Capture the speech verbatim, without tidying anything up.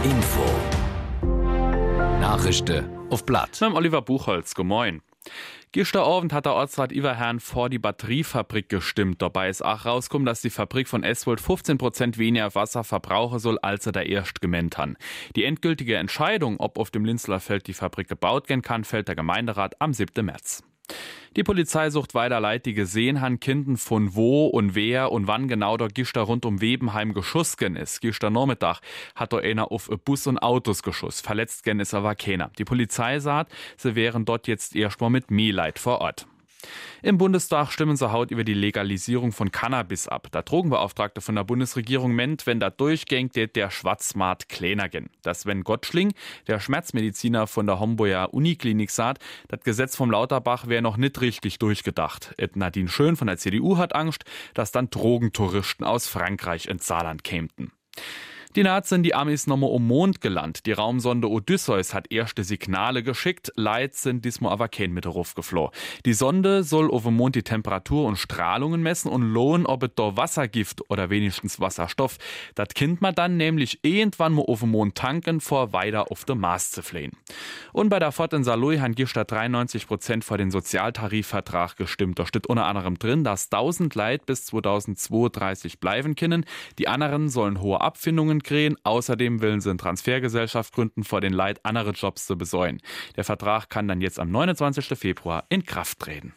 Info. Nachrichten auf Blatt. Mit dem Oliver Buchholz, guten Morgen. Gestern Abend hat der Ortsrat Iverherrn vor die Batteriefabrik gestimmt. Dabei ist auch rausgekommen, dass die Fabrik von Eswold fünfzehn Prozent weniger Wasser verbrauchen soll, als er da erst gemeint hat. Die endgültige Entscheidung, ob auf dem Linzler Feld die Fabrik gebaut werden kann, fällt der Gemeinderat am siebten März. Die Polizei sucht weiter Leute, die gesehen haben, Kinden von wo und wer und wann genau dort gestern rund um Webenheim geschossen ist. Gestern Nachmittag hat dort einer auf Bus und Autos geschossen. Verletzt gen ist aber keiner. Die Polizei sagt, sie wären dort jetzt erstmal mit mehr Leid vor Ort. Im Bundestag stimmen sie heute über die Legalisierung von Cannabis ab. Der Drogenbeauftragte von der Bundesregierung meint, wenn da durchgängt, der Schwarzmarkt kleiner gehen. Das Sven Gottschling, der Schmerzmediziner von der Homburger Uniklinik, sagt, das Gesetz vom Lauterbach wäre noch nicht richtig durchgedacht. Et Nadine Schön von der C D U hat Angst, dass dann Drogentouristen aus Frankreich ins Saarland kämten. Die Nazis sind die Amis nochmal um Mond gelandet. Die Raumsonde Odysseus hat erste Signale geschickt. Leid sind diesmal aber kein mit darauf geflohen. Die Sonde soll auf dem Mond die Temperatur und Strahlungen messen und lohnen, ob es da Wassergift oder wenigstens Wasserstoff. Das Kind man dann nämlich irgendwann mal auf dem Mond tanken, vor weiter auf dem Mars zu fliehen. Und bei der Fahrt in Saarlouis haben gestern dreiundneunzig Prozent vor den Sozialtarifvertrag gestimmt. Da steht unter anderem drin, dass tausend Leute bis zweitausendzweiunddreißig bleiben können. Die anderen sollen hohe Abfindungen kriegen. Außerdem wollen sie eine Transfergesellschaft gründen, vor den Leid andere Jobs zu besäuen. Der Vertrag kann dann jetzt am neunundzwanzigsten Februar in Kraft treten.